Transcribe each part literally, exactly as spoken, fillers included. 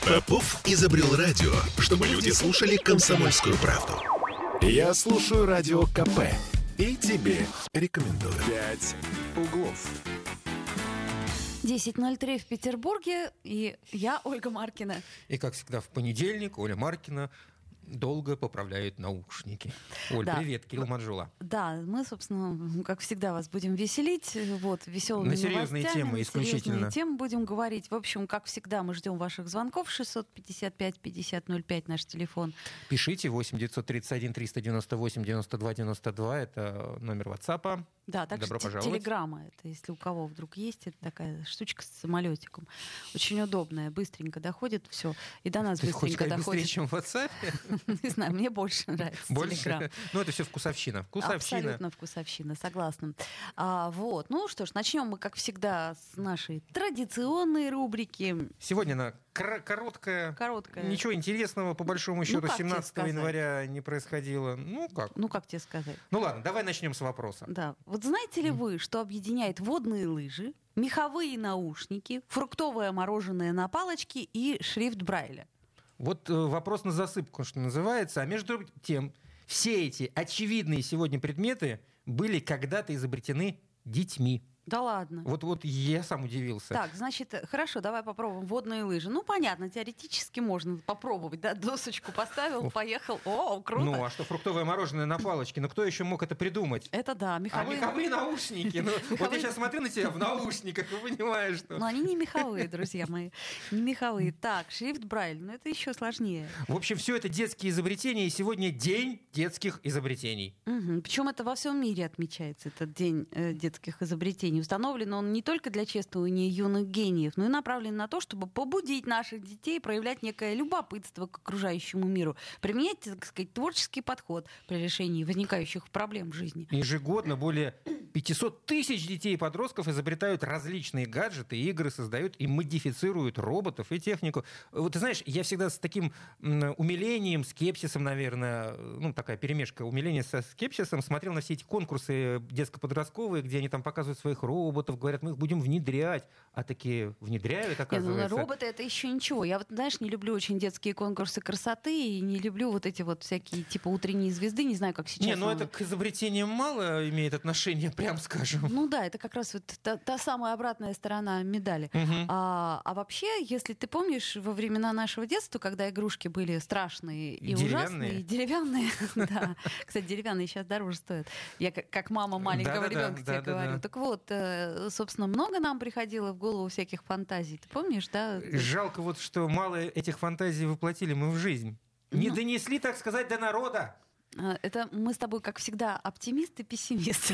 Попов изобрел радио, чтобы люди слушали комсомольскую правду. Я слушаю Радио КП и тебе рекомендую. «Пять углов». десять ноль три в Петербурге, и я, Ольга Маркина. И, как всегда, в понедельник Оля Маркина долго поправляет наушники. Оль, да. Привет, Кирилл Манжула. Да, мы, собственно, как всегда, вас будем веселить. Вот, веселыми на серьезные новостями, темы исключительно. Серьезные темы будем говорить. В общем, как всегда, мы ждем ваших звонков. шестьсот пятьдесят пять пятьдесят ноль пять наш телефон. Пишите восемь девятьсот тридцать один триста девяносто восемь девяносто два девяносто два. Это номер WhatsApp. Да, так Добро что пожаловать. телеграмма, это если у кого вдруг есть, это такая штучка с самолетиком. Очень удобная, быстренько доходит все. И до нас Ты быстренько доходит. доходит. Быстрее, чем в WhatsApp? Не знаю, мне больше нравится больше? телеграм. Ну, это все вкусовщина. Вкусовщина. Абсолютно вкусовщина, согласна. А, вот. Ну что ж, начнем мы, как всегда, с нашей традиционной рубрики. Сегодня она кор- короткая. Короткая. Ничего интересного, по большому счету, ну, семнадцатого января не происходило. Ну, как? Ну, как тебе сказать? Ну, ладно, давай начнем с вопроса. Да. Вот знаете ли вы, что объединяет водные лыжи, меховые наушники, фруктовое мороженое на палочке и шрифт Брайля? Вот э, вопрос на засыпку, что называется. А между тем, все эти очевидные сегодня предметы были когда-то изобретены детьми. Да ладно. Вот, вот я сам удивился. Так, значит, хорошо, давай попробуем водные лыжи. Ну, понятно, теоретически можно попробовать, да, досочку поставил, поехал, о, круто. Ну, а что фруктовое мороженое на палочке? Ну, кто еще мог это придумать? Это да, меховые. А меховые наушники? Ну, вот я сейчас смотрю на тебя в наушниках и понимаю, что... Но они не меховые, друзья мои, не меховые. Так, шрифт Брайль, ну это еще сложнее. В общем, все это детские изобретения, и сегодня день детских изобретений. Угу. Причем это во всем мире отмечается, этот день э, детских изобретений. Установлен он не только для чествования юных гениев, но и направлен на то, чтобы побудить наших детей проявлять некое любопытство к окружающему миру, применять, так сказать, творческий подход при решении возникающих проблем в жизни. Ежегодно более пятьсот тысяч детей и подростков изобретают различные гаджеты, игры, создают и модифицируют роботов и технику. Вот ты знаешь, я всегда с таким умилением, скепсисом, наверное, ну такая перемешка умиления со скепсисом смотрел на все эти конкурсы детско-подростковые, где они там показывают своих роботов, говорят, мы их будем внедрять, а такие внедряют, оказывается. Не, ну, роботы — это еще ничего. Я вот, знаешь, не люблю очень детские конкурсы красоты и не люблю вот эти вот всякие типа утренние звезды, не знаю, как сейчас. Не, ну он... это к изобретениям мало имеет отношение, прям скажем. Ну да, это как раз вот та, та самая обратная сторона медали. Угу. А, а вообще, если ты помнишь, во времена нашего детства, когда игрушки были страшные и деревянные. ужасные, деревянные, да, кстати, деревянные сейчас дороже стоят. Я как мама маленького ребенка тебе говорю. Так вот, собственно, много нам приходило в голову всяких фантазий. Ты помнишь, да? Жалко вот, что мало этих фантазий воплотили мы в жизнь. Не Ну, донесли, так сказать, до народа. это мы с тобой, как всегда, оптимист и пессимист.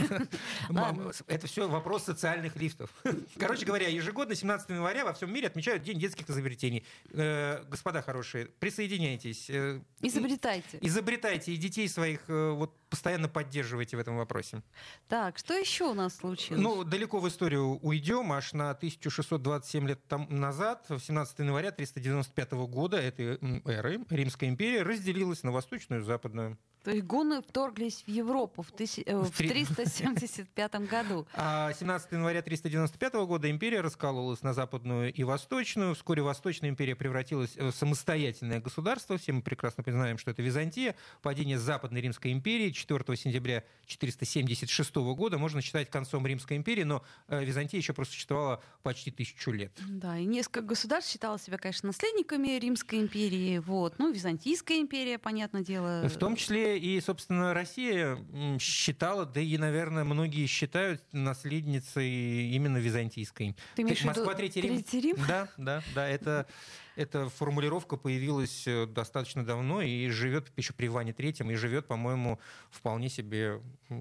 Это все вопрос социальных лифтов. Короче говоря, ежегодно семнадцатого января во всем мире отмечают День детских изобретений. Э, господа хорошие, присоединяйтесь. Э, Изобретайте. Изобретайте и детей своих э, вот, постоянно поддерживайте в этом вопросе. Так, что еще у нас случилось? Ну, далеко в историю уйдем, аж на тысяча шестьсот двадцать семь лет там назад, в семнадцатого января триста девяносто пятого года этой эры Римская империя разделилась на восточную и западную. То есть гунны вторглись в Европу в, тысяч... в триста семьдесят пятом году. А семнадцатого января триста девяносто пятого года империя раскололась на западную и восточную. Вскоре Восточная империя превратилась в самостоятельное государство. Все мы прекрасно знаем, что это Византия. Падение Западной Римской империи четвёртого сентября четыреста семьдесят шестого года можно считать концом Римской империи, но Византия еще просто существовала почти тысячу лет. Да, и несколько государств считало себя, конечно, наследниками Римской империи. Вот. Ну, Византийская империя, понятное дело. В том числе и, собственно, Россия считала, да и, наверное, многие считают наследницей именно византийской. Ты имеешь в виду Москва, Третий Рим? Третий Рим? Да, да, да. Это, эта формулировка появилась достаточно давно и живет еще при Иване Третьем, и живет, по-моему, вполне себе.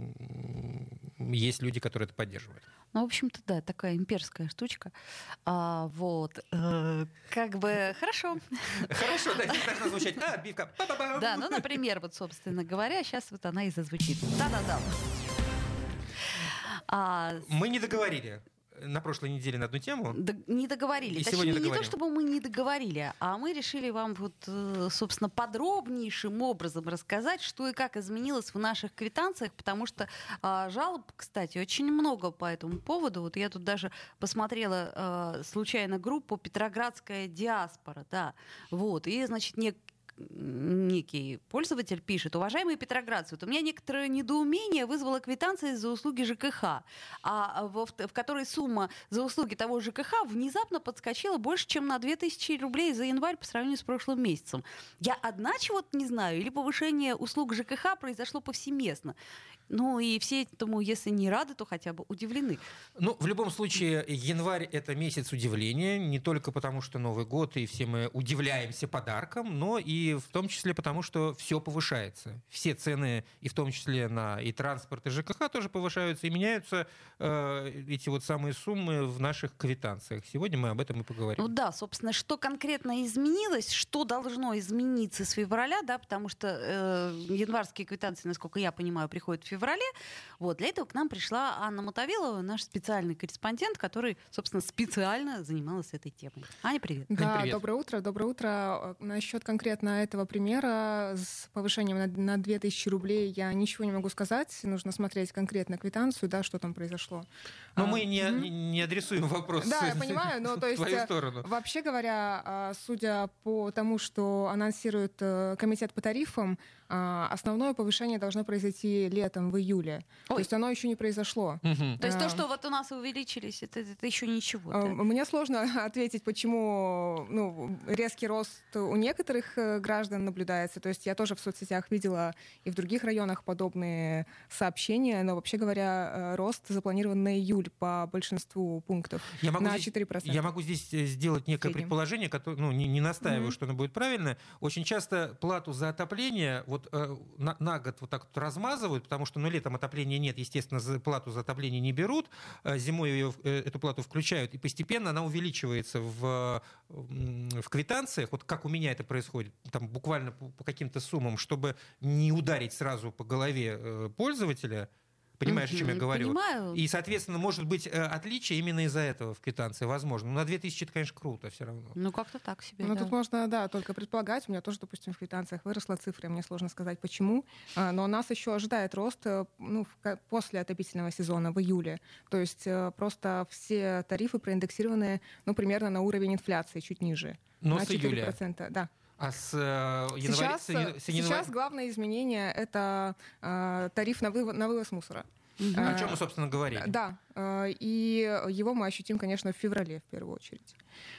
Есть люди, которые это поддерживают. Ну, в общем-то, да, такая имперская штучка. А, вот. Э, как бы хорошо. Хорошо, да, здесь должна звучать а, отбивка. Да, ну, например, вот, собственно говоря, сейчас вот она и зазвучит. Да-да-да. А, Мы не договорили. на прошлой неделе на одну тему. Д- не договорили. И Точнее, сегодня не то, договорим. чтобы мы не договорили, а мы решили вам, вот, э, собственно, подробнейшим образом рассказать, что и как изменилось в наших квитанциях, потому что а, жалоб, кстати, очень много по этому поводу. Вот я тут даже посмотрела а, случайно группу «Петроградская диаспора», да, вот, и, значит, не некий пользователь пишет: уважаемые петроградцы, вот у меня некоторое недоумение вызвала квитанция за услуги ЖКХ, а во, в которой сумма за услуги того ЖКХ внезапно подскочила больше, чем на две тысячи рублей за январь по сравнению с прошлым месяцем. Я одна чего-то не знаю, или повышение услуг ЖКХ произошло повсеместно? Ну и все этому, если не рады, то хотя бы удивлены. Ну, в любом случае, январь — это месяц удивления, не только потому, что Новый год, и все мы удивляемся подаркам, но и в том числе потому, что все повышается. Все цены, и в том числе на и транспорт, и ЖКХ тоже повышаются, и меняются э, эти вот самые суммы в наших квитанциях. Сегодня мы об этом и поговорим. Ну да, собственно, что конкретно изменилось, что должно измениться с февраля, да, потому что э, январские квитанции, насколько я понимаю, приходят в феврале. Вот, для этого к нам пришла Анна Мотовилова, наш специальный корреспондент, который, собственно, специально занималась этой темой. Аня, привет. Да, привет. доброе утро. Доброе утро. Насчет конкретно этого примера с повышением на, на две тысячи рублей я ничего не могу сказать. Нужно смотреть конкретно квитанцию, да, что там произошло. Но а, мы не, угу. не, не адресуем вопрос да, я понимаю, но то есть, в твою сторону. Вообще говоря, судя по тому, что анонсирует комитет по тарифам, основное повышение должно произойти летом, в июле. Ой. То есть оно еще не произошло. Угу. То есть А, то, что вот у нас увеличились, это, это еще ничего. а, Да? Мне сложно ответить, почему ну, резкий рост у некоторых э, граждан наблюдается. То есть я тоже в соцсетях видела и в других районах подобные сообщения, но вообще говоря, э, рост запланирован на июль по большинству пунктов. Я могу на здесь, четыре процента. Я могу здесь сделать некое Среднем. предположение, которое, ну, не, не настаиваю, Мгм. что оно будет правильно. Очень часто плату за отопление вот, э, на, на год вот так вот размазывают, потому что ну, летом отопления нет, естественно, за плату за отопление не берут, э, зимой ее, э, эту плату включают, и постепенно она увеличивается в, в квитанциях. Вот как у меня это происходит, там буквально по, по каким-то суммам, чтобы не ударить сразу по голове э, пользователя. Понимаешь, о чем я говорю? Понимаю. И, соответственно, может быть э, отличие именно из-за этого в квитанции возможно. Но на две тысячи это, конечно, круто все равно. Ну, как-то так себе, Ну, да. тут можно, да, только предполагать. У меня тоже, допустим, в квитанциях выросла цифра, мне сложно сказать, почему. А, Но нас еще ожидает рост э, ну, в ка- после отопительного сезона, в июле. То есть э, просто все тарифы проиндексированы ну, примерно на уровень инфляции, чуть ниже. Но на с июля. четыре процента, да. А с э, января... Сейчас, с ян- э, с января- сейчас главное изменение — это э, тариф на вывоз, на вывоз мусора. Мгм. О э, чем мы, собственно, говорили. Да, э, и его мы ощутим, конечно, в феврале в первую очередь.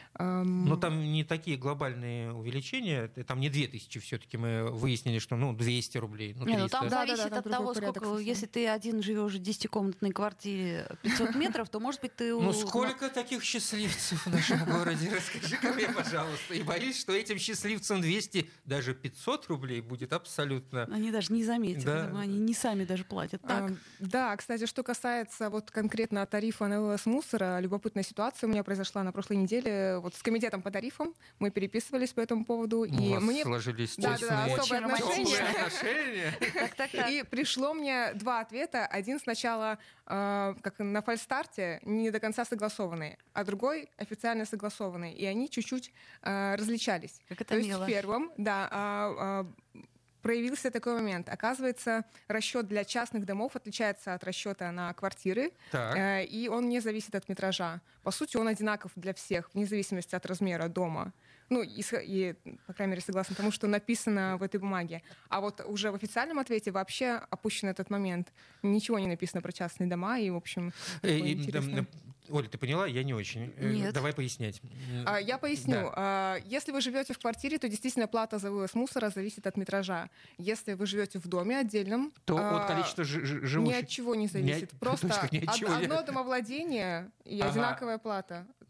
Эм, Но там не такие глобальные увеличения, там не две тысячи все-таки мы выяснили, что ну, двести рублей, ну, Не, ну триста. там Да, да, да, зависит там от другой того, порядок сколько, совсем. если ты один живешь в десятикомнатной квартире пятьсот метров, то, может быть, ты... Ну у- сколько таких счастливцев в нашем городе? Расскажи-ка мне, пожалуйста. И боюсь, что этим счастливцам двести, даже пятьсот рублей будет абсолютно... Они даже не заметят, Да. я думаю, они не сами даже платят. Так, Эм, Да, кстати, что касается вот конкретно тарифа на вывоз мусора, любопытная ситуация у меня произошла на прошлой неделе. Вот с комитетом по тарифам мы переписывались по этому поводу, У и вас мне сложились Да, да, тесные, да, особые Очень романтично. теплые отношения. отношения. так, так, так. И пришло мне два ответа. Один сначала э, как на фальстарте, не до конца согласованный, а другой официально согласованный. И они чуть-чуть э, различались. Как это То есть мило. в первом, да, а, а, проявился такой момент. Оказывается, расчет для частных домов отличается от расчета на квартиры, Так. э, и он не зависит от метража. По сути, он одинаков для всех, вне зависимости от размера дома. Ну, и, с- и, по крайней мере, согласно тому, что написано в этой бумаге. А вот уже в официальном ответе вообще опущен этот момент. Ничего не написано про частные дома, и, в общем, Э, такое и, интересное. да, Оля, ты поняла? Я не очень. Э, Нет. Давай пояснять. А, Я поясню. Да. А, Если вы живете в квартире, то действительно плата за вывоз мусора зависит от метража. Если вы живете в доме отдельном, То а, от количества жи- жи- ни живущих... от чего не Ни зависит. от- Просто точно, ни от од- чего. одно домовладение и Ага. одинаковая плата.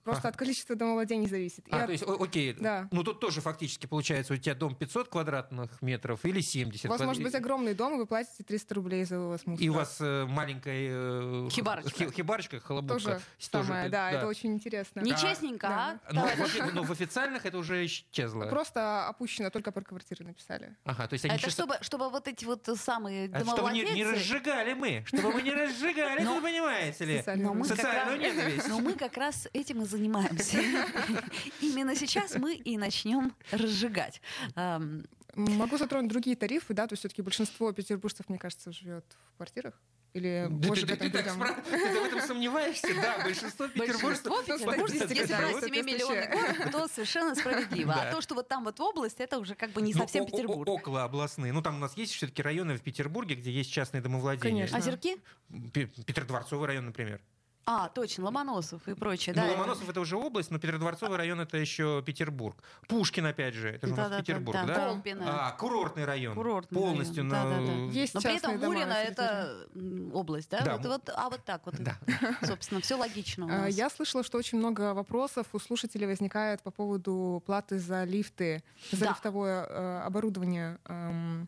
Просто Ага. от количества домовладений зависит. И А, от- то есть, о- окей, Да. ну тут тоже фактически получается, у тебя дом пятьсот квадратных метров или семьдесят У вас квадрат- может быть огромный дом, и вы платите триста рублей за вывоз мусора. И у вас э, маленькая э, Хибарочка. хи- хибарочка, халабука. Тоже с- самое, тоже, да, это очень интересно. Нечестненько, Да. а? Но, Давай. в офи- но в официальных это уже исчезло. Просто опущено, только про квартиры написали. Ага, то есть А они это сейчас... чтобы, чтобы вот эти вот самые А чтобы не, домовладельцы... не разжигали мы, чтобы мы не разжигали, Но- вы понимаете ли? Социальные Но мы, как Социальную раз, ненависть. но мы как раз этим и занимаемся. Именно сейчас мы и начнем разжигать. Ам, Могу затронуть другие тарифы, да, то есть все-таки большинство петербуржцев, мне кажется, живет в квартирах. Или Да больше ты, к ты- этому ты так придем. спра- ты в этом сомневаешься? Да, большинство петербуржцев... Большинство петербуржцев, статистика, если да, брать это семимиллионный вообще. город, то совершенно справедливо. Да. А то, что вот там вот область, это уже как бы не Ну, совсем о- о- Петербург. Около областные. Ну, там у нас есть все-таки районы в Петербурге, где есть частные домовладения. Конечно. Озерки? Пе- Петродворцовый район, например. А, точно, Ломоносов и прочее. Ну, да. Ломоносов это уже область, но Петродворцовый район это еще Петербург. Пушкин, опять же, это же у нас Да-да-да, Петербург, да. да? Колпино. А, курортный район. Курортный Полностью район, на... да-да-да. Есть Но при этом частные дома Мурино на это м, область, да? Да, Вот, м- вот, а вот так вот, Да. собственно, все логично у А, нас. Я слышала, что очень много вопросов у слушателей возникает по поводу платы за лифты, за Да. лифтовое э, оборудование. Эм,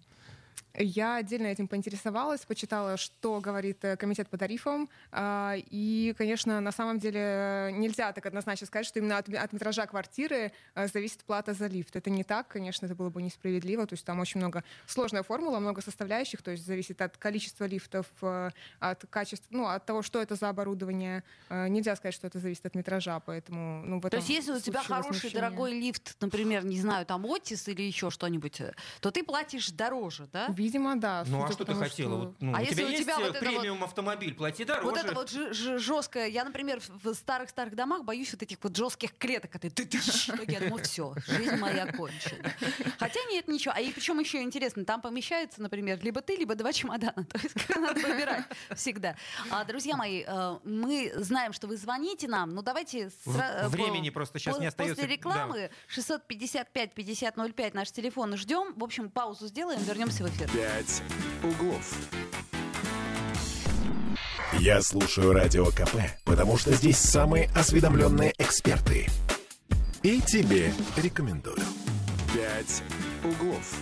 Я отдельно этим поинтересовалась, почитала, что говорит э, комитет по тарифам. а, И, конечно, на самом деле нельзя так однозначно сказать, что именно от, от метража квартиры э, зависит плата за лифт. Это не так, конечно, это было бы несправедливо. То есть там очень много сложная формула, много составляющих, то есть зависит от количества лифтов, э, от качества, ну, от того, что это за оборудование. Э, Нельзя сказать, что это зависит от метража, поэтому ну, в То этом есть, если у тебя случае хороший, возмещение. дорогой лифт, например, не знаю, там Отис или еще что-нибудь, то ты платишь дороже, да? Видимо, да. Ну, а судя что по ты тому, хотела? что- Вот, ну, А у если тебя у есть тебя э, вот это премиум автомобиль, плати дороже. Вот это вот жесткое. Я, например, в старых-старых домах боюсь вот этих вот жестких клеток. Ты, ты, ты, я думаю, все, жизнь моя кончена. Хотя нет, ничего. А и причем еще интересно, там помещается, например, либо ты, либо два чемодана. То есть надо выбирать всегда. А, друзья мои, э, мы знаем, что вы звоните нам. Ну, давайте... сра- Времени по- просто сейчас по- не остается. После рекламы шестьсот пятьдесят пять пятьдесят ноль пять наш телефон ждем. В общем, паузу сделаем, вернемся в эфир. «Пять углов». Я слушаю Радио КП, потому что здесь самые осведомленные эксперты. И тебе рекомендую. «Пять углов».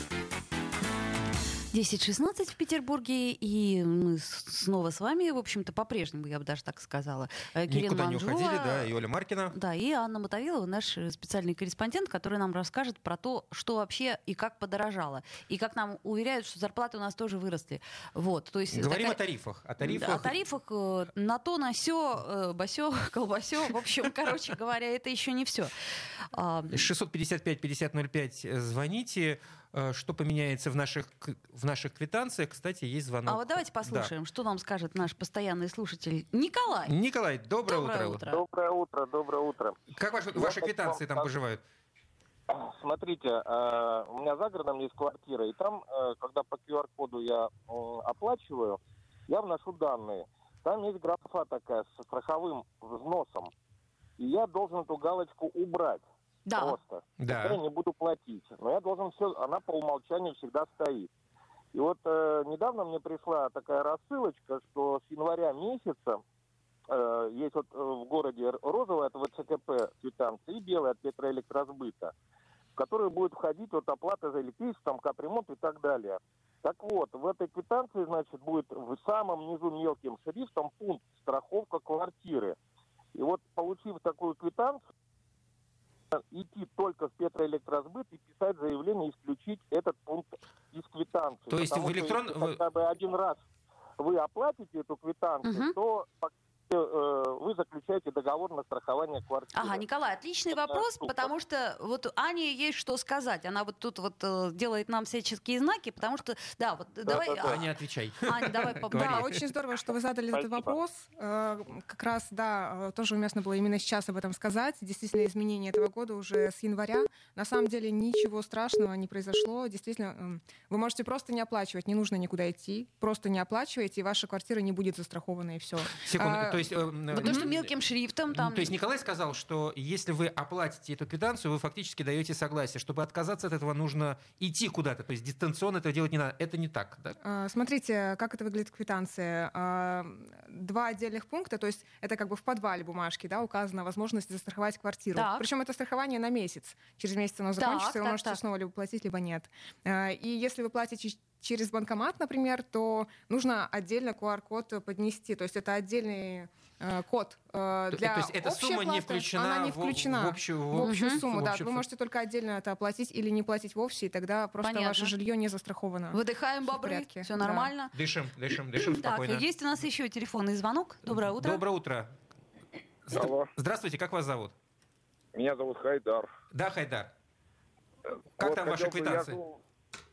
десять шестнадцать в Петербурге, и мы с- снова с вами, в общем-то, по-прежнему, я бы даже так сказала. Э, Кирилл Никуда не Манжула, уходили, да, и Оля Маркина. Да, и Анна Мотовилова, наш э, специальный корреспондент, который нам расскажет про то, что вообще и как подорожало. И как нам уверяют, что зарплаты у нас тоже выросли. Вот, то есть Говорим такая- о тарифах. О О тарифах. тарифах э, на то, на сё, басё, колбасё. В общем, короче говоря, это еще не все. шестьсот пятьдесят пять пятьдесят ноль пять звоните. Э, Что поменяется в наших, к- в наших квитанциях? Кстати, есть звонок. А вот давайте послушаем, что нам скажет наш постоянный слушатель Николай. Да. Николай, доброе, Доброе утро. утро. Доброе утро, доброе утро. Как ваши, Я ваши хочу квитанции там вам поживают? Смотрите, э, у меня за городом есть квартира, и там, э, когда по ку ар-коду я э, оплачиваю, я вношу данные. Там есть графа такая со страховым взносом, и я должен эту галочку убрать. Да. Просто. Да. Я не буду платить. Но я должен все, она по умолчанию всегда стоит. И вот э, недавно мне пришла такая рассылочка, что с января месяца э, есть вот э, в городе розовая от вэ цэ ка пэ квитанция и белая от Петроэлектросбыта, в которую будет входить вот оплата за электричество, там, капремонт и так далее. Так вот, в этой квитанции, значит, будет в самом низу мелким шрифтом пункт «Страховка квартиры». И вот, получив такую квитанцию, идти только в Петроэлектросбыт и писать заявление, исключить этот пункт из квитанции. То есть Потому в электрон- что если хотя бы один раз вы оплатите эту квитанцию, Мгм. то э, вы заключаете договор на страхование квартиры. Ага, Николай, отличный Это вопрос, супер. потому что вот Ане есть что сказать. Она вот тут вот э, делает нам всяческие знаки, потому что, да, вот давай, да, да. а, Аня, отвечай. Аня, давай по- Говори. Да, очень здорово, что вы задали этот Спасибо. вопрос. Э, Как раз, да, э, тоже уместно было именно сейчас об этом сказать. Действительно, изменения этого года уже с января. На самом деле ничего страшного не произошло. Действительно, эм, вы можете просто не оплачивать, не нужно никуда идти. Просто не оплачивайте, и ваша квартира не будет застрахована, и все. Секунду. А, То есть, э, Вот то, что мелким шрифтом там... То есть Николай сказал, что если вы оплатите эту квитанцию, вы фактически даете согласие. Чтобы отказаться от этого, нужно идти куда-то. То есть дистанционно это делать не надо. Это не так, да? Смотрите, как это выглядит в квитанции. Два отдельных пункта, то есть это как бы в подвале бумажки, да, указана возможность застраховать квартиру. Так. Причем это страхование на месяц. Через месяц оно закончится, Так, и вы так, можете так. снова либо платить, либо нет. И если вы платите через банкомат, например, то нужно отдельно ку ар-код поднести. То есть это отдельный э, код э, для То есть эта общей сумма оплаты. не включена, Она не в- включена в общую, в общую Мгм. сумму. в Да, общую вы сумму. можете только отдельно это оплатить или не платить вовсе, и тогда просто Понятно. ваше жилье не застраховано. Выдыхаем, Всё в бобры, порядке. все Да. нормально. Дышим, дышим, дышим Так, спокойно. есть у нас еще телефонный звонок. Доброе утро. Доброе утро. Здра- Алло. Здравствуйте, как вас зовут? Меня зовут Хайдар. Да, Хайдар. Как Вот там ваши хотел бы- квитанции? Я живу,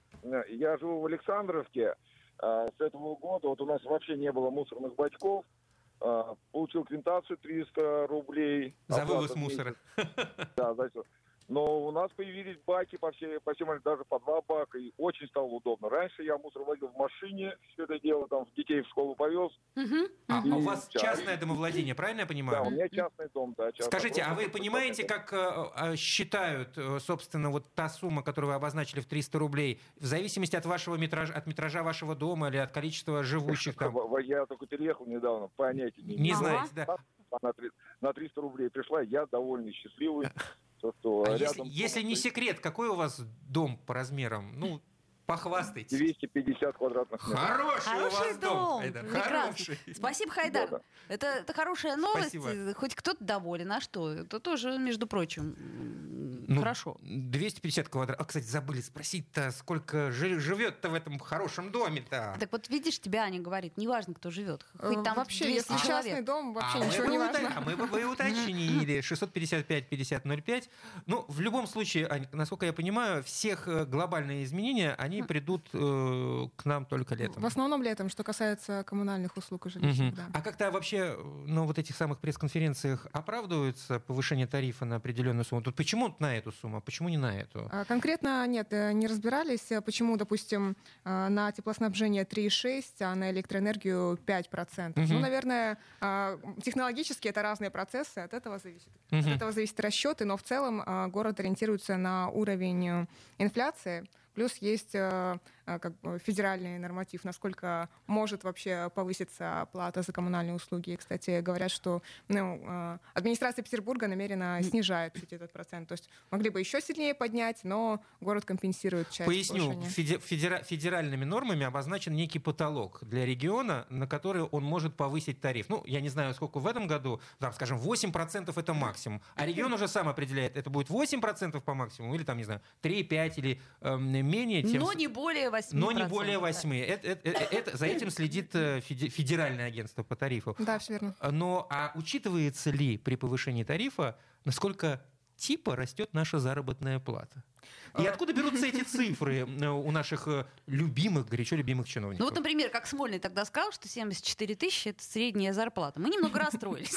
я живу в Александровке. А, С этого года вот у нас вообще не было мусорных бачков. А, Получил квитанцию триста рублей. За Оплата вывоз в месяц. мусора. Да, за всё. Но у нас появились баки по всей, по всем, даже по два бака, и очень стало удобно. Раньше я мусор возил в машине, все это дело, там, детей в школу повез. Мгм. А, И а у вас сейчас- частное домовладение, правильно я Да, у понимаю? меня частный дом, да. частный. Скажите, а вы Просто- понимаете, как э, э, считают, э, собственно, вот та сумма, которую вы обозначили в триста рублей, в зависимости от вашего метража, от метража вашего дома или от количества живущих там? В- в- Я только переехал недавно, понятия не Не имею. Ага. знаете, да? На, три- на триста рублей пришла, я довольный, счастливый. То, что А если, рядом если не секрет, какой у вас дом по размерам? Ну, похвастайтесь. двести пятьдесят квадратных метров. Хороший, у Хороший вас дом. Айдар, Прекрасно. хороший. Спасибо, Хайдар. Да-да. Это, это хорошая новость. Спасибо. Хоть кто-то доволен. А что? Это тоже, между прочим, м, Ну, хорошо. двести пятьдесят квадратов. А, кстати, забыли спросить-то, сколько жи- живет-то в этом хорошем доме-то? Так вот, видишь, тебя Аня говорит, неважно, кто живет. Хоть Э, там Вообще, двести если человек. частный дом, вообще а ничего мы не бы важно. ута- А мы бы вы уточнили. шестьсот пятьдесят пять пятьдесят ноль пять. Ну, в любом случае, Ань, насколько я понимаю, всех э, глобальные изменения, они придут э, к нам только летом. В основном летом, что касается коммунальных услуг и Мгм. жилищных, да. А как-то вообще на вот этих самых пресс-конференциях оправдывается повышение тарифа на определенную сумму? Тут почему на эту сумму, а почему не на эту? А Конкретно нет, э, не разбирались, э, почему, допустим, э, на теплоснабжение три и шесть, а на электроэнергию пять процентов. Мгм. Ну, наверное, э, технологически это разные процессы, от этого зависит. Мгм. От этого зависят расчеты, но в целом э, город ориентируется на уровень э, инфляции. Плюс есть э, э, как бы федеральный норматив, насколько может вообще повыситься оплата за коммунальные услуги. И, кстати, говорят, что ну, э, администрация Петербурга намеренно снижает чуть этот процент. То есть могли бы еще сильнее поднять, но город компенсирует часть Поясню, повышения. феде- федера- федеральными нормами обозначен некий потолок для региона, на который он может повысить тариф. Ну, я не знаю, сколько в этом году, там, скажем, восемь процентов это максимум. А регион уже сам определяет, это будет восемь процентов по максимуму, или там, не знаю, три, пять или эм, менее. Тем Но с- не более восемь но не более восьми. Это, это- это- это- за этим следит э, феде- федеральное агентство по тарифу. Да, все верно. Но а учитывается ли при повышении тарифа, насколько типа растет наша заработная плата? И А. откуда берутся эти цифры э, у наших э, любимых, горячо любимых чиновников? Ну вот, например, как Смольный тогда сказал, что семьдесят четыре тысячи — это средняя зарплата. Мы немного расстроились.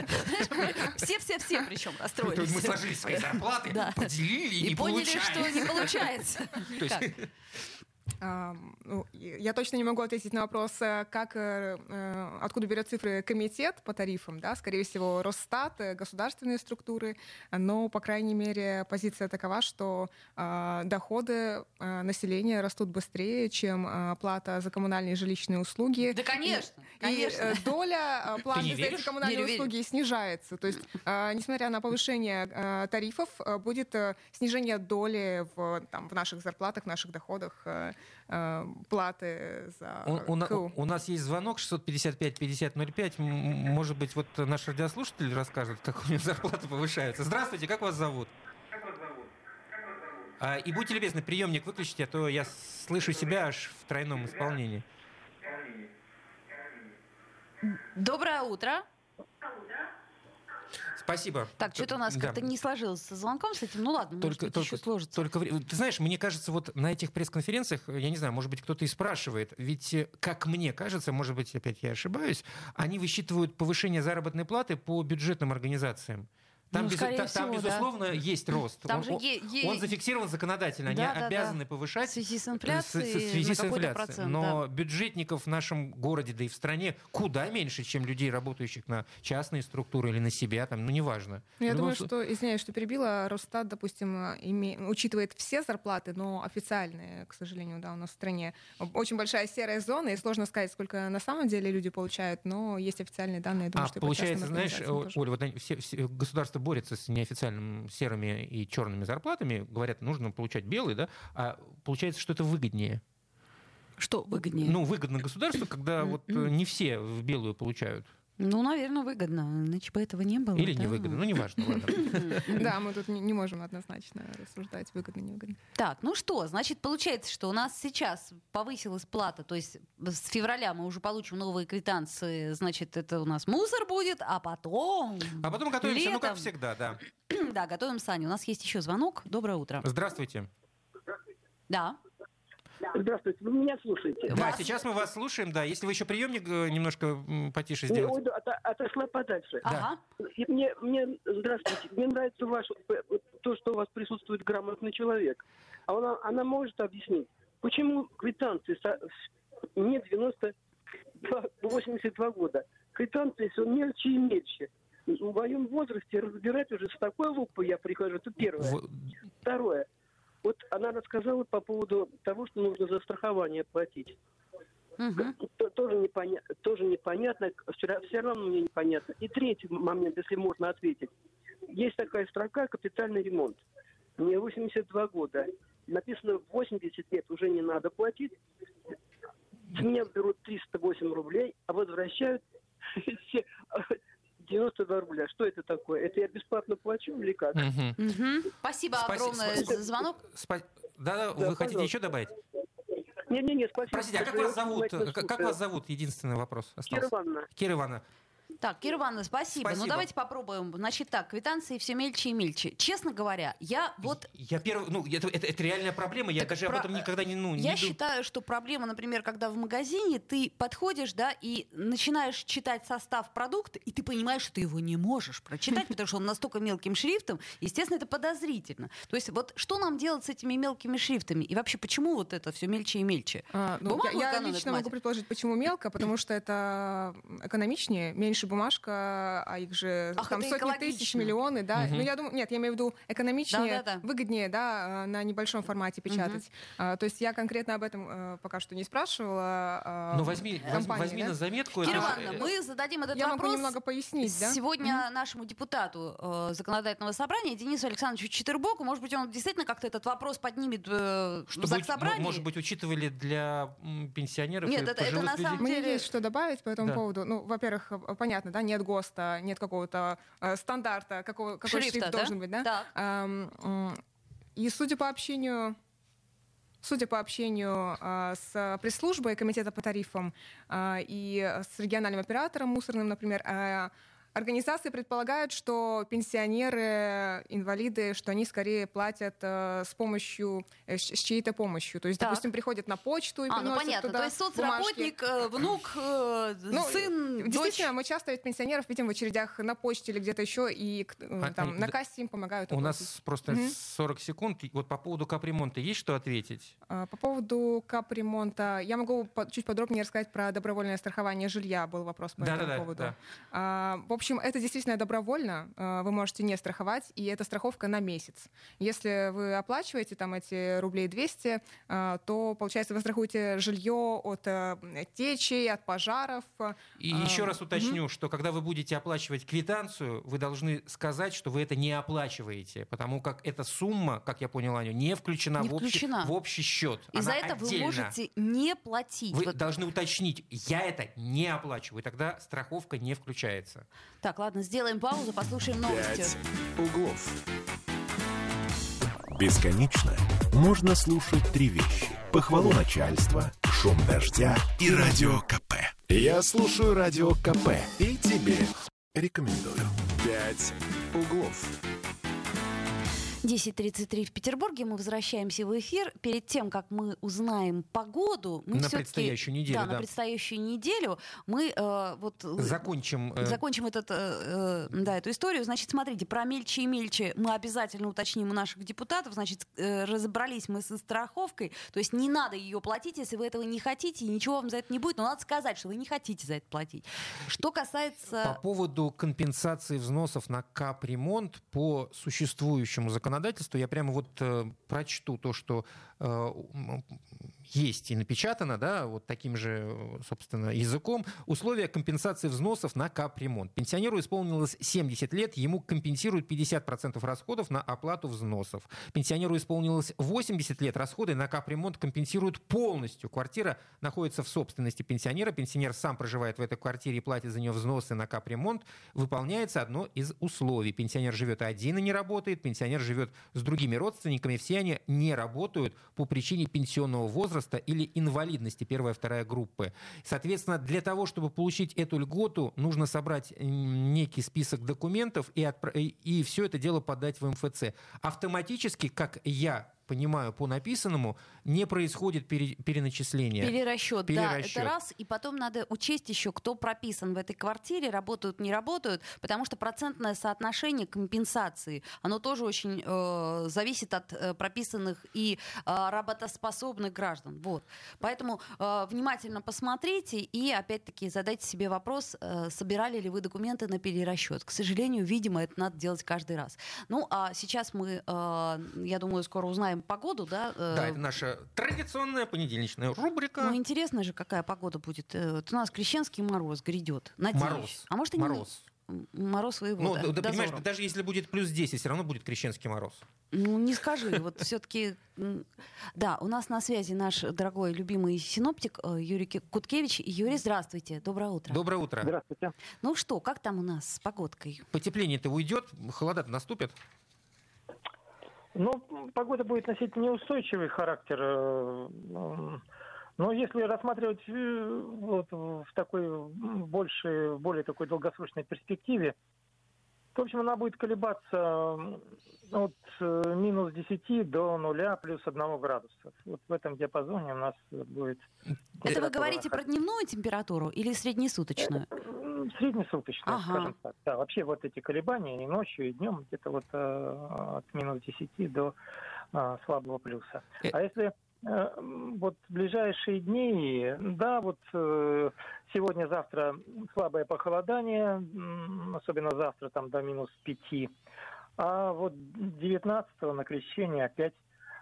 Все-все-все причем расстроились. Мы сложили свои зарплаты, Да. поделили и И не поняли, что получается. не получается. То есть- Как? А, ну, я точно не могу ответить на вопрос, э, как, э, э, откуда берет цифры комитет по тарифам. Да? Скорее всего, Росстат, э, государственные структуры. Но, по крайней мере, позиция такова, что э, доходы э, населения растут быстрее, чем э, плата за коммунальные и жилищные услуги. Да, конечно, И, конечно. э, доля э, платы не за веришь? эти коммунальные Верю, верю. услуги снижается. То есть, э, несмотря на повышение э, тарифов, э, будет э, снижение доли в, там, в наших зарплатах, в наших доходах, э, э, платы за У, у на- КУ. у нас есть звонок шестьсот пятьдесят пять пятьдесят ноль пять. М, Может быть, вот наш радиослушатель расскажет, как у него зарплата повышается. Здравствуйте, как вас зовут? А, и будьте любезны, приемник выключите, а то я слышу себя аж в тройном исполнении. Доброе утро. Спасибо. Так, что-то у нас Да. как-то не сложилось со звонком с этим. Ну ладно, может Только, быть, только, еще сложится. только вре- Ты знаешь, мне кажется, вот на этих пресс-конференциях, я не знаю, может быть, кто-то и спрашивает, ведь, э, как мне кажется, может быть, опять я ошибаюсь, они высчитывают повышение заработной платы по бюджетным организациям. Там, Ну, без- скорее та- всего, там да. безусловно, есть рост. Там он, же он- е- е- он зафиксирован законодательно. Да, Они да, обязаны да. повышать В связи с с- инфляцией с- в связи на с какой-то инфляцией. процент, Но бюджетников в нашем городе, да и в стране куда меньше, чем людей, работающих на частные структуры или на себя, там, ну, неважно. Ну, я В любом думаю, слу- что, извиняюсь, что перебила, Росстат, допустим, име- учитывает все зарплаты, но официальные, к сожалению, да, у нас в стране. Очень большая серая зона, и сложно сказать, сколько на самом деле люди получают, но есть официальные данные, я думаю, А что и по получается, частным знаешь, организациям тоже. Оля, вот они, все, все- государство борется с неофициальными серыми и черными зарплатами, говорят, нужно получать белые, да, а получается, что это выгоднее. Что выгоднее? Ну, выгодно государству, когда вот э, не все в белую получают. Ну, наверное, выгодно, иначе бы этого не было. Или да. невыгодно, ну, неважно, ладно. Да, мы тут не, не можем однозначно рассуждать, выгодно, невыгодно. Так, ну что, значит, получается, что у нас сейчас повысилась плата, то есть с февраля мы уже получим новые квитанции, значит, это у нас мусор будет, а потом... А потом готовимся, ну, как летом- всегда, да. Да, готовим Саню. У нас есть еще звонок. Доброе утро. Здравствуйте. Да. Здравствуйте, вы меня слушаете? Да, сейчас мы вас слушаем, да. Если вы еще приемник э, немножко м, потише Не, сделать. уйду, ото- отошла подальше. Ага. И мне, мне, здравствуйте, мне нравится ваш, э, то, что у вас присутствует грамотный человек. А она, она может объяснить, почему квитанции, со- мне девяносто два, восемьдесят два года, квитанции все мельче и мельче. В моем возрасте разбирать уже с такой лупой я прихожу, это первое. В- Второе. Вот она рассказала по поводу того, что нужно за страхование платить. Мгм. То- Тоже, непоня... тоже непонятно, все, все равно мне непонятно. И третий момент, если можно ответить. Есть такая строка «капитальный ремонт». Мне восемьдесят два года. Написано восемьдесят лет уже не надо платить. С меня берут триста восемь рублей, а возвращают все девяносто два рубля. Что это такое? Это я бесплатно плачу или как? Мгм. Мгм. Спасибо Спаси- огромное спа- за звонок. Спа- Да, Да, вы хотите пожалуйста. еще добавить? Не-не-не, спасибо. Простите, а как Я вас зовут? внимательно Как, как слушаю. вас зовут? Единственный вопрос остался. Кира Ивановна. Кира Ивановна. Так, Кира Ивановна, спасибо. Спасибо. Ну, давайте попробуем. Значит так, квитанции все мельче и мельче. Честно говоря, я вот... Я первый, ну, это, это, это реальная проблема, я Так даже про- об этом никогда не, ну, не Я ду- считаю, что проблема, например, когда в магазине ты подходишь, да, и начинаешь читать состав продукта, и ты понимаешь, что ты его не можешь прочитать, потому что он настолько мелким шрифтом, естественно, это подозрительно. То есть вот что нам делать с этими мелкими шрифтами? И вообще, почему вот это все мельче и мельче? А, ну, Бумагу я я экономят, лично мать. могу предположить, почему мелко, потому что это экономичнее, меньше бумажка, а их же Ах, там это сотни экологично. тысяч, миллионы, да. Мгм. Ну, я думаю, нет, я имею в виду экономичнее, Да-да-да. выгоднее, да, на небольшом формате печатать. А, то есть я конкретно об этом э, пока что не спрашивала. а, Ну, возьми, возьми, компании, возьми да? на заметку. Кира это- Ивановна, мы зададим этот Я могу вопрос немного пояснить, да? сегодня нашему депутату э, законодательного собрания Денису Александровичу Четырбоку. Может быть, он действительно как-то этот вопрос поднимет э, в Чтобы, заксобрании. м- может быть, учитывали для м, пенсионеров Нет, и это- это пожилых на людей? самом Мне деле- есть что добавить по этому Да. поводу. Ну, во-первых, э, понятно, да, нет ГОСТа, нет какого-то э, стандарта, какого, какой Шрифта, шрифт да? должен быть, да? Так. Ам, м, И судя по общению, судя по общению а, с пресс-службой комитета по тарифам а, и с региональным оператором мусорным, например, а, организации предполагают, что пенсионеры, инвалиды, что они скорее платят э, с помощью, э, с с чьей-то помощью. То есть, Так. допустим, приходят на почту и А, ну приносят понятно. туда То есть бумажки. соцработник, э, внук, э, Ну, сын, дочь. Действительно, мы часто ведь пенсионеров видим в очередях на почте или где-то еще, и к- э, А, там, а, на да. кассе им помогают. У оплатить. нас просто Мгм. сорок секунд. Вот по поводу капремонта есть что ответить? А, По поводу капремонта, я могу по- чуть подробнее рассказать про добровольное страхование жилья. Был вопрос по Да-да-да, этому поводу. да. А, В общем, это действительно добровольно. а, Вы можете не страховать, и это страховка на месяц. Если вы оплачиваете там эти рублей двести, а, то, получается, вы страхуете жилье от э, течей, от пожаров. И А, еще раз уточню, что когда вы будете оплачивать квитанцию, вы должны сказать, что вы это не оплачиваете, потому как эта сумма, как я понял, Аню, не включена, Не в, общий, включена. в общий счет. И за Она это вы отдельно. можете не платить. Вы Вот. должны уточнить, я это не оплачиваю, тогда страховка не включается. Так, ладно, сделаем паузу, послушаем новости. «Пять углов». Бесконечно можно слушать три вещи. Похвалу начальства, шум дождя и радио КП. Я слушаю радио КП и тебе рекомендую. «Пять углов». десять тридцать три в Петербурге. Мы возвращаемся в эфир. Перед тем, как мы узнаем погоду, мы на все-таки, предстоящую неделю, да, да. на предстоящую неделю мы э, вот закончим, э... закончим этот, э, э, да, эту историю. Значит, смотрите, про мельче и мельче мы обязательно уточним у наших депутатов. Значит, э, разобрались мы со страховкой. То есть не надо ее платить, если вы этого не хотите, и ничего вам за это не будет. Но надо сказать, что вы не хотите за это платить. Что касается... По поводу компенсации взносов на капремонт по существующему законодательству, законодательству, я прямо вот э, прочту то, что э, есть и напечатано, да, вот таким же, собственно, языком. Условия компенсации взносов на капремонт. Пенсионеру исполнилось семьдесят лет, ему компенсируют пятьдесят процентов расходов на оплату взносов. Пенсионеру исполнилось восемьдесят лет, расходы на капремонт компенсируют полностью. Квартира находится в собственности пенсионера, пенсионер сам проживает в этой квартире и платит за нее взносы на капремонт. Выполняется одно из условий. Пенсионер живет один и не работает, пенсионер живет с другими родственниками, все они не работают по причине пенсионного возраста или инвалидности первая, вторая группы. Соответственно, для того, чтобы получить эту льготу, нужно собрать некий список документов и, отпра- и все это дело подать в эм эф цэ. Автоматически, как я понимаю по написанному, не происходит пере, переначисление. Перерасчет, Перерасчет, да, это раз. И потом надо учесть еще, кто прописан в этой квартире, работают, не работают, потому что процентное соотношение компенсации, оно тоже очень э, зависит от э, прописанных и э, работоспособных граждан. Вот. Поэтому э, внимательно посмотрите и, опять-таки, задайте себе вопрос, э, собирали ли вы документы на перерасчет. К сожалению, видимо, это надо делать каждый раз. Ну, а сейчас мы, э, я думаю, скоро узнаем погоду, да? Да, это наша традиционная понедельничная рубрика. Ну, интересно же, какая погода будет. Вот у нас крещенский мороз грядет. Надеюсь. Мороз. А может и мороз. Не... Мороз воевода. Ну, да, дозором. понимаешь, даже если будет плюс десять, все равно будет крещенский мороз. Ну, не скажи. Вот все-таки... Да, у нас на связи наш дорогой, любимый синоптик Юрий Куткевич. Юрий, здравствуйте. Доброе утро. Доброе утро. Здравствуйте. Ну что, как там у нас с погодкой? Потепление-то уйдет, холода-то наступят. Ну, погода будет носить неустойчивый характер. Но если рассматривать вот в такой больше, более такой долгосрочной перспективе, то, в общем, она будет колебаться от минус десяти до нуля плюс одного градуса. Вот в этом диапазоне у нас будет... Это вы говорите про дневную температуру или среднесуточную? Среднесуточную, ага. скажем так. Да, вообще вот эти колебания и ночью, и днем где-то вот э, от минус десяти до э, слабого плюса. А если э, вот в ближайшие дни, да, вот э, сегодня-завтра слабое похолодание, особенно завтра там до минус пяти, а вот девятнадцатого на крещение опять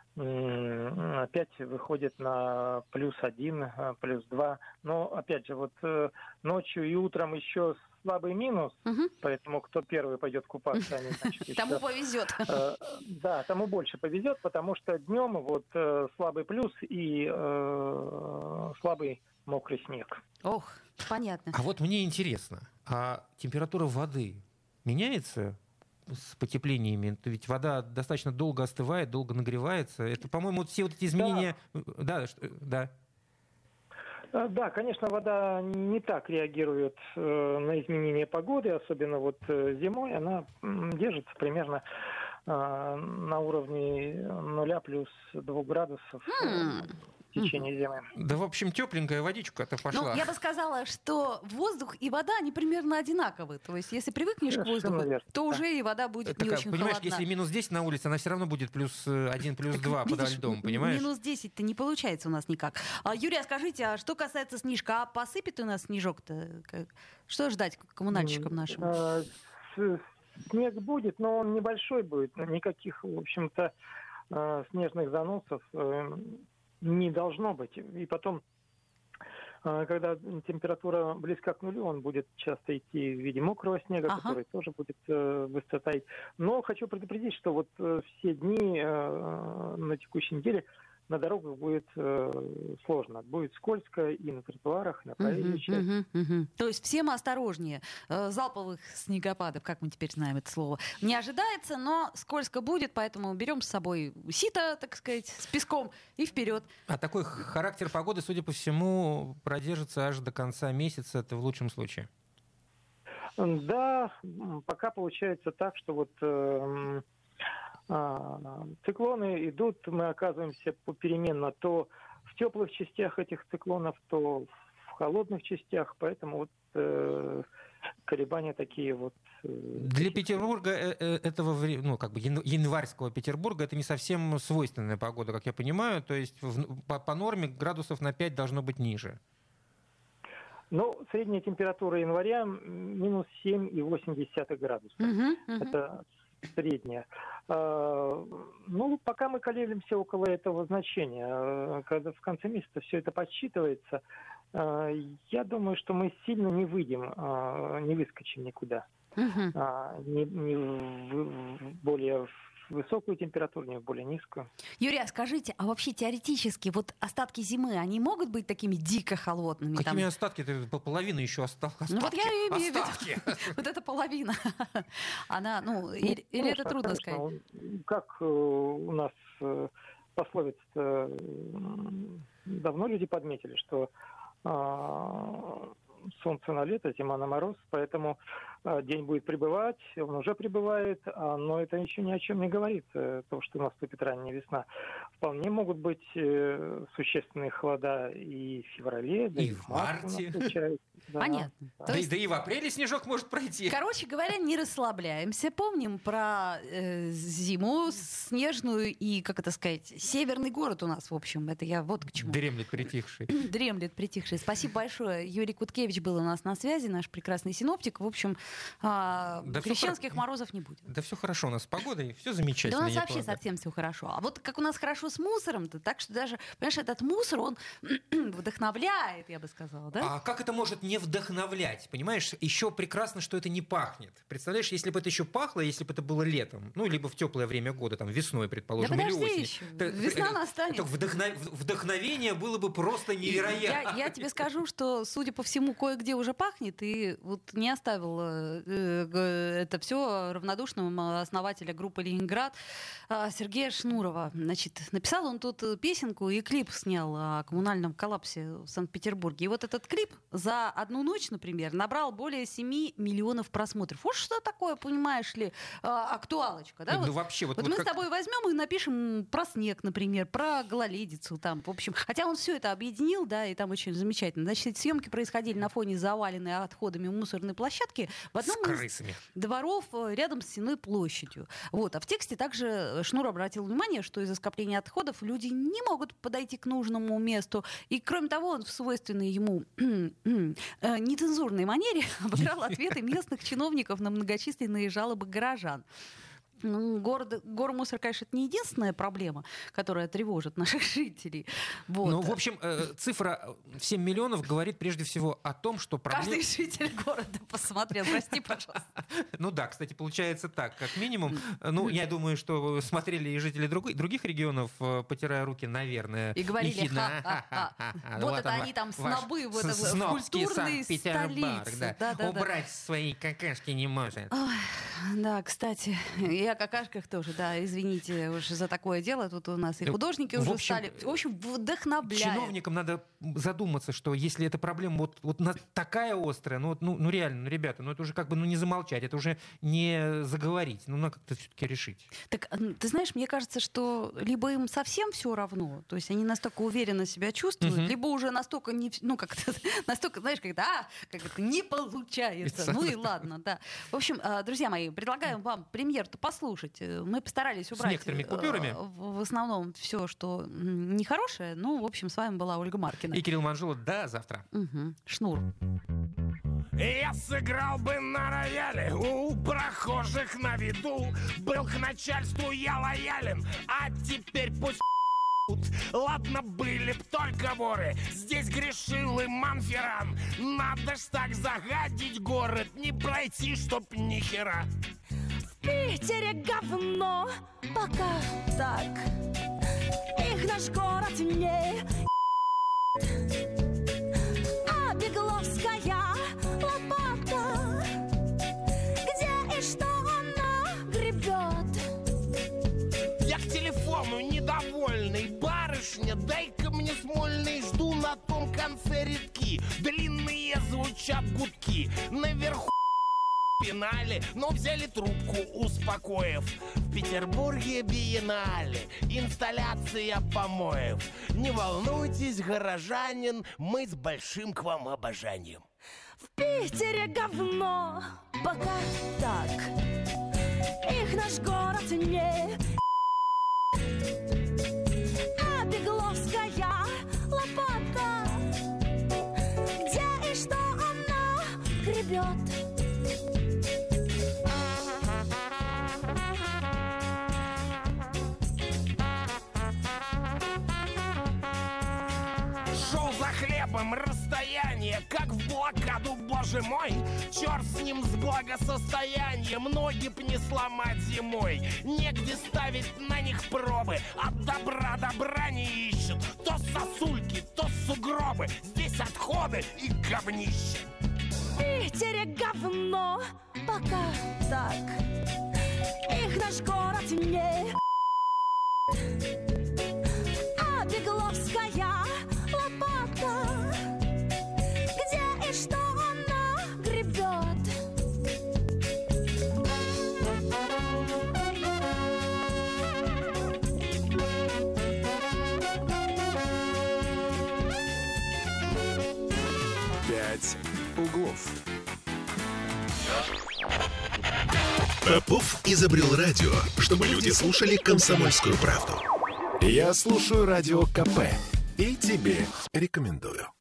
опять выходит на плюс один, плюс два. Но, опять же, вот ночью и утром еще слабый минус, угу. Поэтому кто первый пойдет купаться, они, значит, еще... Тому повезет. Э, да, тому больше повезет, потому что днем вот э, слабый плюс и э, слабый мокрый снег. Ох, понятно. А вот мне интересно, а температура воды меняется с потеплениями? Ведь вода достаточно долго остывает, долго нагревается. Это, по-моему, вот все вот эти изменения... Да, да. да. Да, конечно, вода не так реагирует э, на изменения погоды, особенно вот э, зимой. Она э, держится примерно э, на уровне нуля плюс двух градусов. Mm. В течение зимы. Да, в общем, тепленькая водичка-то пошла. Ну, я бы сказала, что воздух и вода, они примерно одинаковы. То есть, если привыкнешь к воздуху, верно, то да. уже и вода будет так, не очень понимаешь, холодна. Если минус десять на улице, она все равно будет плюс один, плюс два подо льдом, понимаешь? Минус десять-то не получается у нас никак. А, Юрий, а скажите, а что касается снежка, а посыпет у нас снежок-то? Что ждать коммунальщикам нашим? Снег будет, но он небольшой будет. Никаких, в общем-то, снежных заносов не должно быть. И потом, когда температура близка к нулю, он будет часто идти в виде мокрого снега, ага. который тоже будет быстро таять. Но хочу предупредить, что вот все дни на текущей неделе на дорогах будет э, сложно. Будет скользко и на тротуарах, и на проезжей части. Uh-huh, uh-huh, uh-huh. То есть всем осторожнее. Э, залповых снегопадов, как мы теперь знаем это слово, не ожидается, но скользко будет, поэтому берем с собой сито, так сказать, с песком и вперед. А такой характер погоды, судя по всему, продержится аж до конца месяца, это в лучшем случае. Да, пока получается так, что вот... Э, циклоны идут, мы оказываемся попеременно то в теплых частях этих циклонов, то в холодных частях, поэтому вот э, колебания такие вот. Э, Для Петербурга этого, ну, как бы январского Петербурга это не совсем свойственная погода, как я понимаю, то есть в, по, по норме градусов на пять должно быть ниже. Ну, средняя температура января минус семь и восемь десятых градуса. Угу, угу. Это средняя. Ну, пока мы колеблемся около этого значения. Когда в конце месяца все это подсчитывается, я думаю, что мы сильно не выйдем, не выскочим никуда. Угу. Не, не в более высокую температуру, не в более низкую. Юрий, а скажите, а вообще теоретически вот остатки зимы, они могут быть такими дико холодными? Какими там... остатки? Это половина еще осталось. Ну вот я и имею в виду. Вот эта половина. Она, ну, или это трудно сказать? Как у нас пословица, давно люди подметили, что солнце на лето, зима на мороз, поэтому э, день будет прибывать, он уже прибывает, а, но это еще ни о чем не говорит, э, то, что наступит ранняя весна. Вполне могут быть э, существенные холода и в феврале, да и, и в марте. Да, понятно. Да. Да, есть... да и в апреле снежок может пройти. Короче говоря, не расслабляемся. Помним про э, зиму снежную и, как это сказать, северный город у нас, в общем. Это я вот к чему. Дремлет притихший. Дремлет притихший. Спасибо большое. Юрий Куткевич был у нас на связи, наш прекрасный синоптик. В общем, э, да крещенских хор... морозов не будет. Да все хорошо у нас с погодой, все замечательно. Да у нас вообще полагаю. совсем все хорошо. А вот как у нас хорошо с мусором-то, так что даже, понимаешь, этот мусор, он вдохновляет, я бы сказала, да? А как это может не вдохновлять? Понимаешь, еще прекрасно, что это не пахнет. Представляешь, если бы это еще пахло, если бы это было летом, ну, либо в теплое время года, там, весной, предположим, да или осенью. Еще. Весна настанет. Это вдохно... Вдохновение было бы просто невероятно. Я, я тебе скажу, что, судя по всему, кое-где уже пахнет, и вот не оставил э, это все равнодушным основателя группы «Ленинград» Сергея Шнурова. Значит, написал он тут песенку и клип снял о коммунальном коллапсе в Санкт-Петербурге. И вот этот клип за одну ночь, например, набрал более семи миллионов просмотров. Вот что такое, понимаешь ли, актуалочка. Да? Ну, вот, вообще, вот, вот вот мы как... с тобой возьмем и напишем про снег, например, про гололедицу. Там, в общем, хотя он все это объединил, да, и там очень замечательно. Значит, эти съемки происходили на фоне заваленной отходами мусорной площадки в одном из дворов рядом с Сенной площадью. Вот. А в тексте также Шнур обратил внимание, что из-за скопления отходов люди не могут подойти к нужному месту. И, кроме того, он в свойственной ему нецензурной манере обыграл ответы местных чиновников на многочисленные жалобы горожан. Ну, город, гормусор, конечно, это не единственная проблема, которая тревожит наших жителей. Вот. Ну, в общем, э, цифра в семь миллионов говорит прежде всего о том, что проблема... Каждый житель города посмотрел, прости, пожалуйста. Ну да, кстати, получается так, как минимум. Ну, я думаю, что смотрели и жители друг... других регионов, потирая руки, наверное. И говорили, ха-ха-ха. Вот это они там снобы, вот это в культурной столице. Убрать свои какашки не может. Да, кстати, и о какашках тоже, да, извините уж за такое дело. Тут у нас и художники в уже общем, стали, в общем, вдохновляют. Чиновникам надо задуматься, что если эта проблема вот, вот такая острая, ну, ну, ну реально, ну, ребята, ну это уже как бы ну, не замолчать, это уже не заговорить, ну надо как-то все-таки решить. Так, ты знаешь, мне кажется, что либо им совсем все равно, то есть они настолько уверенно себя чувствуют, uh-huh. либо уже настолько, не, ну как-то, настолько, знаешь, как-то, а, как это не получается. Ну и ладно, да. В общем, друзья мои, предлагаем вам премьер-то послушать. Мы постарались убрать с некоторыми купюрами. В основном все, что нехорошее. Ну, в общем, с вами была Ольга Маркина. И Кирилл Манжулов. До завтра. Угу. Шнур. Я сыграл бы на рояле у прохожих на виду. Был к начальству я лоялен, а теперь пусть ладно, были б только воры. Здесь грешил и Манферан. Надо ж так загадить город, не пройти, чтоб ни хера. В Питере говно, пока так. Их наш город не а Бегловская лопата, где и что она гребет. Я к телефону недовольный, барышня, дай-ка мне смольный. Жду на том конце редки, длинные звучат гудки. Наверху пинали, но взяли трубку, успокоив. В Петербурге биеннале, инсталляция помоев. Не волнуйтесь, горожанин, мы с большим к вам обожанием. В Питере говно, пока так. Их наш город не... А Бегловская лопата, где и что она гребет. Шел за хлебом, расстояние, как в блокаду, боже мой. Черт с ним, с благосостоянием, ноги б не сломать зимой. Негде ставить на них пробы, от добра добра не ищут. То сосульки, то сугробы, здесь отходы и говнище. В Питере говно, пока так. Их наш город не... А Бегловская лопата, где и что она гребет. Пять углов. Попов изобрел радио, чтобы люди слушали «Комсомольскую правду». Я слушаю Радио ка пэ и тебе рекомендую.